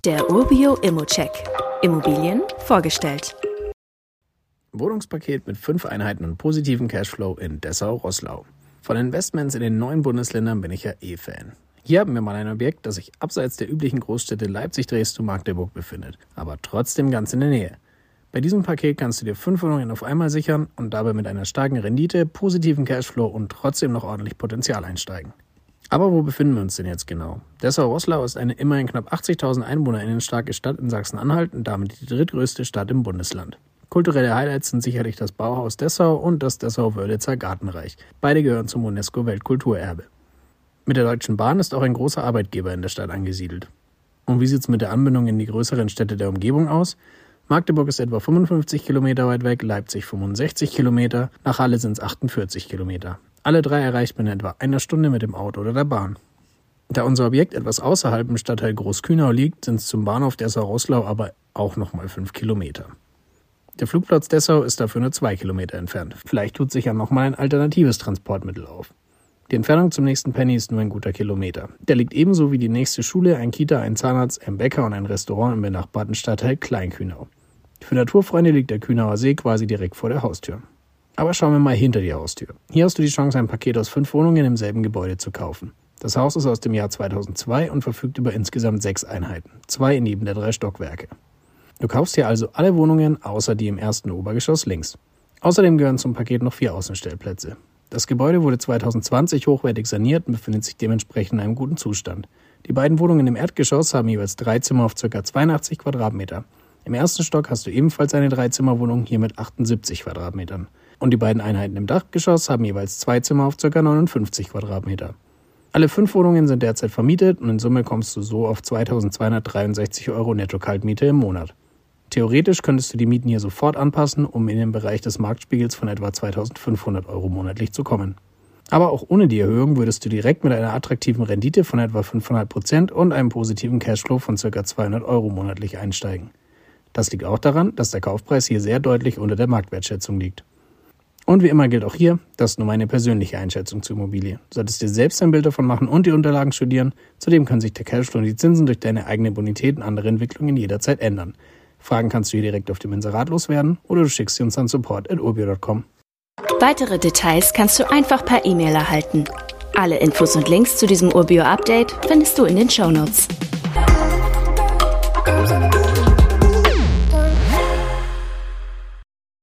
Der Urbio Immocheck. Immobilien vorgestellt. Wohnungspaket mit 5 Einheiten und positiven Cashflow in Dessau-Roßlau. Von Investments in den 9 Bundesländern bin ich ja Fan. Hier haben wir mal ein Objekt, das sich abseits der üblichen Großstädte Leipzig, Dresden und Magdeburg befindet, aber trotzdem ganz in der Nähe. Bei diesem Paket kannst du dir 5 Wohnungen auf einmal sichern und dabei mit einer starken Rendite, positiven Cashflow und trotzdem noch ordentlich Potenzial einsteigen. Aber wo befinden wir uns denn jetzt genau? Dessau-Roßlau ist eine immerhin knapp 80.000 EinwohnerInnen starke Stadt in Sachsen-Anhalt und damit die drittgrößte Stadt im Bundesland. Kulturelle Highlights sind sicherlich das Bauhaus Dessau und das Dessau-Wörlitzer Gartenreich. Beide gehören zum UNESCO-Weltkulturerbe. Mit der Deutschen Bahn ist auch ein großer Arbeitgeber in der Stadt angesiedelt. Und wie sieht es mit der Anbindung in die größeren Städte der Umgebung aus? Magdeburg ist etwa 55 Kilometer weit weg, Leipzig 65 Kilometer, nach Halle sind es 48 Kilometer. Alle 3 erreicht man in etwa einer Stunde mit dem Auto oder der Bahn. Da unser Objekt etwas außerhalb im Stadtteil Großkühnau liegt, sind es zum Bahnhof Dessau-Roßlau aber auch nochmal 5 Kilometer. Der Flugplatz Dessau ist dafür nur 2 Kilometer entfernt. Vielleicht tut sich ja nochmal ein alternatives Transportmittel auf. Die Entfernung zum nächsten Penny ist nur ein guter Kilometer. Der liegt ebenso wie die nächste Schule, ein Kita, ein Zahnarzt, ein Bäcker und ein Restaurant im benachbarten Stadtteil Kleinkühnau. Für Naturfreunde liegt der Kühnauer See quasi direkt vor der Haustür. Aber schauen wir mal hinter die Haustür. Hier hast du die Chance, ein Paket aus 5 Wohnungen im selben Gebäude zu kaufen. Das Haus ist aus dem Jahr 2002 und verfügt über insgesamt 6 Einheiten, 2 in jedem der 3 Stockwerke. Du kaufst hier also alle Wohnungen, außer die im ersten Obergeschoss links. Außerdem gehören zum Paket noch 4 Außenstellplätze. Das Gebäude wurde 2020 hochwertig saniert und befindet sich dementsprechend in einem guten Zustand. Die beiden Wohnungen im Erdgeschoss haben jeweils 3 Zimmer auf ca. 82 Quadratmeter. Im ersten Stock hast du ebenfalls eine 3-Zimmer-Wohnung, hier mit 78 Quadratmetern. Und die beiden Einheiten im Dachgeschoss haben jeweils 2 Zimmer auf ca. 59 Quadratmeter. Alle 5 Wohnungen sind derzeit vermietet und in Summe kommst du so auf 2.263 € Netto-Kaltmiete im Monat. Theoretisch könntest du die Mieten hier sofort anpassen, um in den Bereich des Marktspiegels von etwa 2.500 € monatlich zu kommen. Aber auch ohne die Erhöhung würdest du direkt mit einer attraktiven Rendite von etwa 5,5% und einem positiven Cashflow von ca. 200 € monatlich einsteigen. Das liegt auch daran, dass der Kaufpreis hier sehr deutlich unter der Marktwertschätzung liegt. Und wie immer gilt auch hier, das ist nur meine persönliche Einschätzung zur Immobilie. Du solltest dir selbst ein Bild davon machen und die Unterlagen studieren. Zudem können sich der Cashflow und die Zinsen durch deine eigene Bonität und andere Entwicklungen jederzeit ändern. Fragen kannst du hier direkt auf dem Inserat loswerden oder du schickst sie uns an support@urbio.com. Weitere Details kannst du einfach per E-Mail erhalten. Alle Infos und Links zu diesem Urbio-Update findest du in den Shownotes.